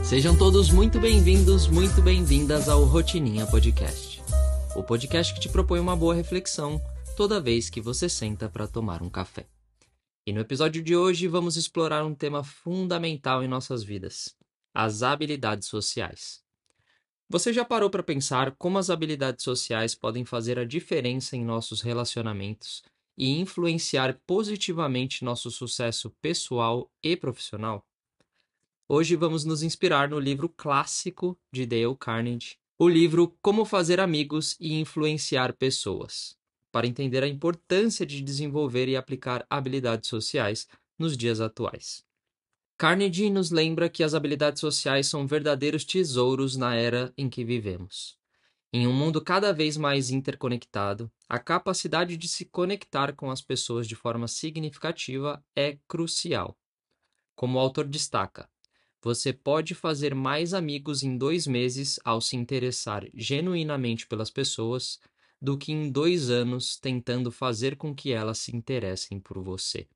Sejam todos muito bem-vindos, muito bem-vindas ao Rotininha Podcast. O podcast que te propõe uma boa reflexão toda vez que você senta para tomar um café. E no episódio de hoje vamos explorar um tema fundamental em nossas vidas: as habilidades sociais. Você já parou para pensar como as habilidades sociais podem fazer a diferença em nossos relacionamentos e influenciar positivamente nosso sucesso pessoal e profissional? Hoje vamos nos inspirar no livro clássico de Dale Carnegie, o livro Como Fazer Amigos e Influenciar Pessoas, para entender a importância de desenvolver e aplicar habilidades sociais nos dias atuais. Carnegie nos lembra que as habilidades sociais são verdadeiros tesouros na era em que vivemos. Em um mundo cada vez mais interconectado, a capacidade de se conectar com as pessoas de forma significativa é crucial. Como o autor destaca, você pode fazer mais amigos em 2 meses ao se interessar genuinamente pelas pessoas do que em 2 anos tentando fazer com que elas se interessem por você.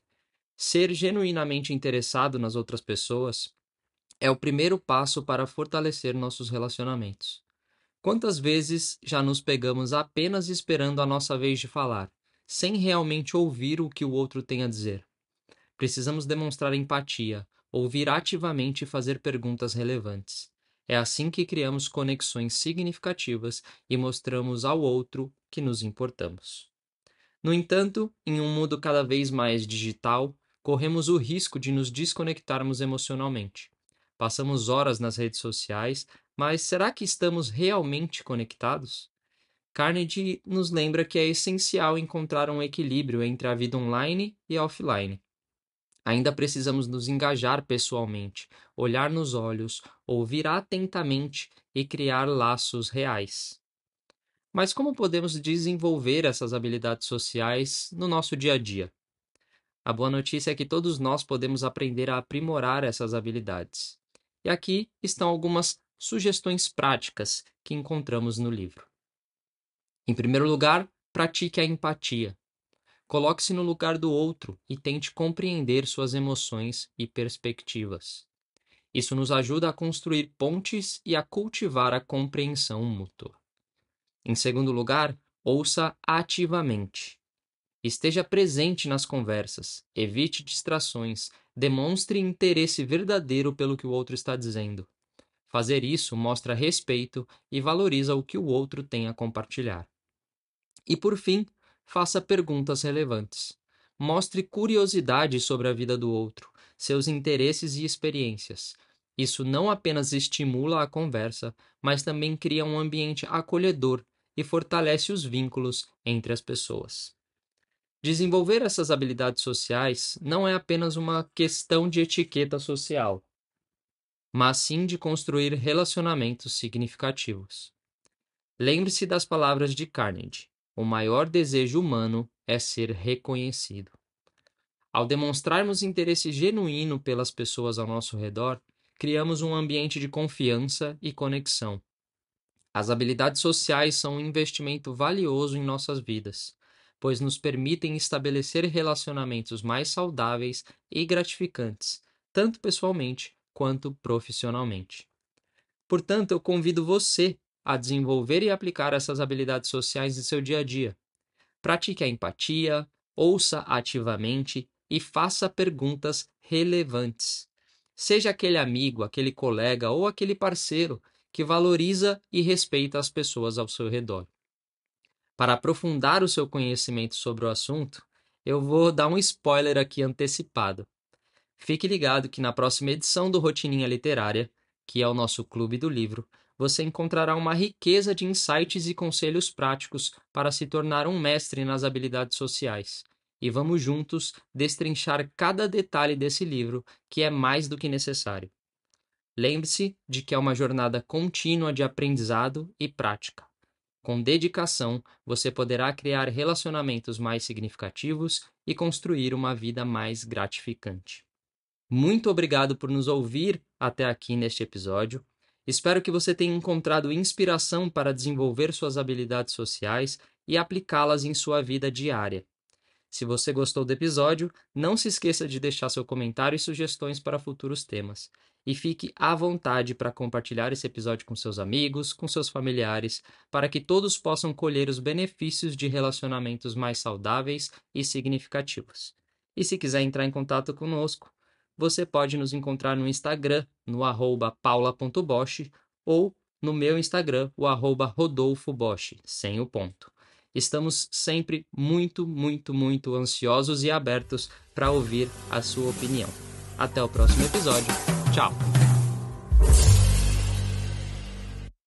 Ser genuinamente interessado nas outras pessoas é o primeiro passo para fortalecer nossos relacionamentos. Quantas vezes já nos pegamos apenas esperando a nossa vez de falar, sem realmente ouvir o que o outro tem a dizer? Precisamos demonstrar empatia, ouvir ativamente e fazer perguntas relevantes. É assim que criamos conexões significativas e mostramos ao outro que nos importamos. No entanto, em um mundo cada vez mais digital, corremos o risco de nos desconectarmos emocionalmente. Passamos horas nas redes sociais, mas será que estamos realmente conectados? Carnegie nos lembra que é essencial encontrar um equilíbrio entre a vida online e offline. Ainda precisamos nos engajar pessoalmente, olhar nos olhos, ouvir atentamente e criar laços reais. Mas como podemos desenvolver essas habilidades sociais no nosso dia a dia? A boa notícia é que todos nós podemos aprender a aprimorar essas habilidades. E aqui estão algumas sugestões práticas que encontramos no livro. Em primeiro lugar, pratique a empatia. Coloque-se no lugar do outro e tente compreender suas emoções e perspectivas. Isso nos ajuda a construir pontes e a cultivar a compreensão mútua. Em segundo lugar, ouça ativamente. Esteja presente nas conversas, evite distrações, demonstre interesse verdadeiro pelo que o outro está dizendo. Fazer isso mostra respeito e valoriza o que o outro tem a compartilhar. E por fim, faça perguntas relevantes. Mostre curiosidade sobre a vida do outro, seus interesses e experiências. Isso não apenas estimula a conversa, mas também cria um ambiente acolhedor e fortalece os vínculos entre as pessoas. Desenvolver essas habilidades sociais não é apenas uma questão de etiqueta social, mas sim de construir relacionamentos significativos. Lembre-se das palavras de Carnegie: o maior desejo humano é ser reconhecido. Ao demonstrarmos interesse genuíno pelas pessoas ao nosso redor, criamos um ambiente de confiança e conexão. As habilidades sociais são um investimento valioso em nossas vidas, pois nos permitem estabelecer relacionamentos mais saudáveis e gratificantes, tanto pessoalmente quanto profissionalmente. Portanto, eu convido você a desenvolver e aplicar essas habilidades sociais em seu dia a dia. Pratique a empatia, ouça ativamente e faça perguntas relevantes. Seja aquele amigo, aquele colega ou aquele parceiro que valoriza e respeita as pessoas ao seu redor. Para aprofundar o seu conhecimento sobre o assunto, eu vou dar um spoiler aqui antecipado. Fique ligado que na próxima edição do Rotininha Literária, que é o nosso clube do livro, você encontrará uma riqueza de insights e conselhos práticos para se tornar um mestre nas habilidades sociais. E vamos juntos destrinchar cada detalhe desse livro, que é mais do que necessário. Lembre-se de que é uma jornada contínua de aprendizado e prática. Com dedicação, você poderá criar relacionamentos mais significativos e construir uma vida mais gratificante. Muito obrigado por nos ouvir até aqui neste episódio. Espero que você tenha encontrado inspiração para desenvolver suas habilidades sociais e aplicá-las em sua vida diária. Se você gostou do episódio, não se esqueça de deixar seu comentário e sugestões para futuros temas. e fique à vontade para compartilhar esse episódio com seus amigos, com seus familiares, para que todos possam colher os benefícios de relacionamentos mais saudáveis e significativos. E se quiser entrar em contato conosco, você pode nos encontrar no Instagram, no @paula.bosch, ou no meu Instagram, o @rodolfobosch, sem o ponto. Estamos sempre muito, muito, muito ansiosos e abertos para ouvir a sua opinião. Até o próximo episódio. Tchau!